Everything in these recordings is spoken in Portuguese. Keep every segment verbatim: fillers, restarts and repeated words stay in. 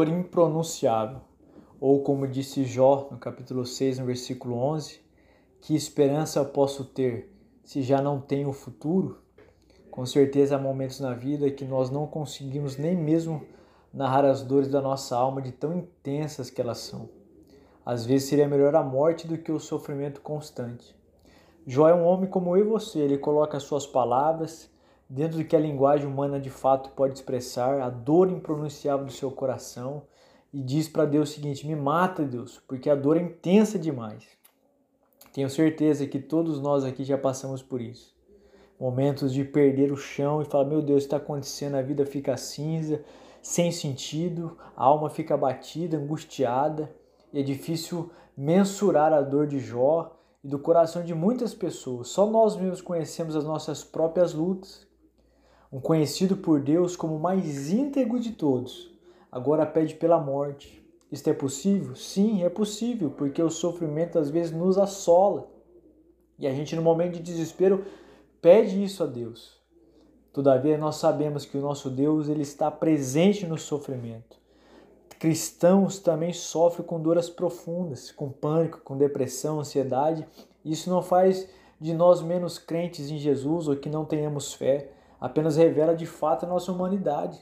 dor impronunciável. Ou como disse Jó no capítulo seis, no versículo onze, que esperança posso ter se já não tenho o futuro? Com certeza há momentos na vida que nós não conseguimos nem mesmo narrar as dores da nossa alma de tão intensas que elas são. Às vezes seria melhor a morte do que o sofrimento constante. Jó é um homem como eu e você, ele coloca as suas palavras dentro do que a linguagem humana de fato pode expressar, a dor impronunciável do seu coração, e diz para Deus o seguinte: me mata, Deus, porque a dor é intensa demais. Tenho certeza que todos nós aqui já passamos por isso. Momentos de perder o chão e falar: meu Deus, está acontecendo, a vida fica cinza, sem sentido, a alma fica abatida, angustiada, e é difícil mensurar a dor de Jó e do coração de muitas pessoas. Só nós mesmos conhecemos as nossas próprias lutas. Um conhecido por Deus como o mais íntegro de todos, agora pede pela morte. Isto é possível? Sim, é possível, porque o sofrimento às vezes nos assola. E a gente, no momento de desespero, pede isso a Deus. Todavia, nós sabemos que o nosso Deus ele está presente no sofrimento. Cristãos também sofrem com dores profundas, com pânico, com depressão, ansiedade. Isso não faz de nós menos crentes em Jesus ou que não tenhamos fé, apenas revela de fato a nossa humanidade.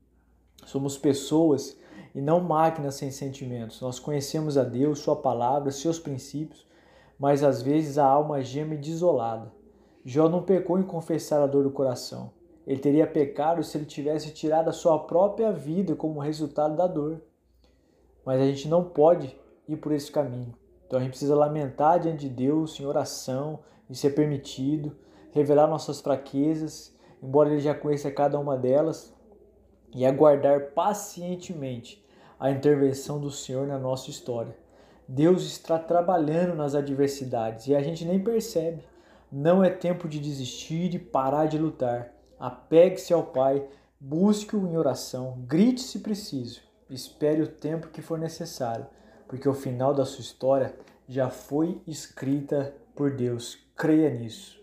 Somos pessoas e não máquinas sem sentimentos. Nós conhecemos a Deus, sua palavra, seus princípios, mas às vezes a alma geme desolada. Jó não pecou em confessar a dor do coração. Ele teria pecado se ele tivesse tirado a sua própria vida como resultado da dor. Mas a gente não pode ir por esse caminho. Então a gente precisa lamentar diante de Deus em oração, e ser permitido, revelar nossas fraquezas, embora Ele já conheça cada uma delas, e aguardar pacientemente a intervenção do Senhor na nossa história. Deus está trabalhando nas adversidades e a gente nem percebe. Não é tempo de desistir e parar de lutar. Apegue-se ao Pai, busque-o em oração, grite se preciso, espere o tempo que for necessário, porque o final da sua história já foi escrita por Deus. Creia nisso.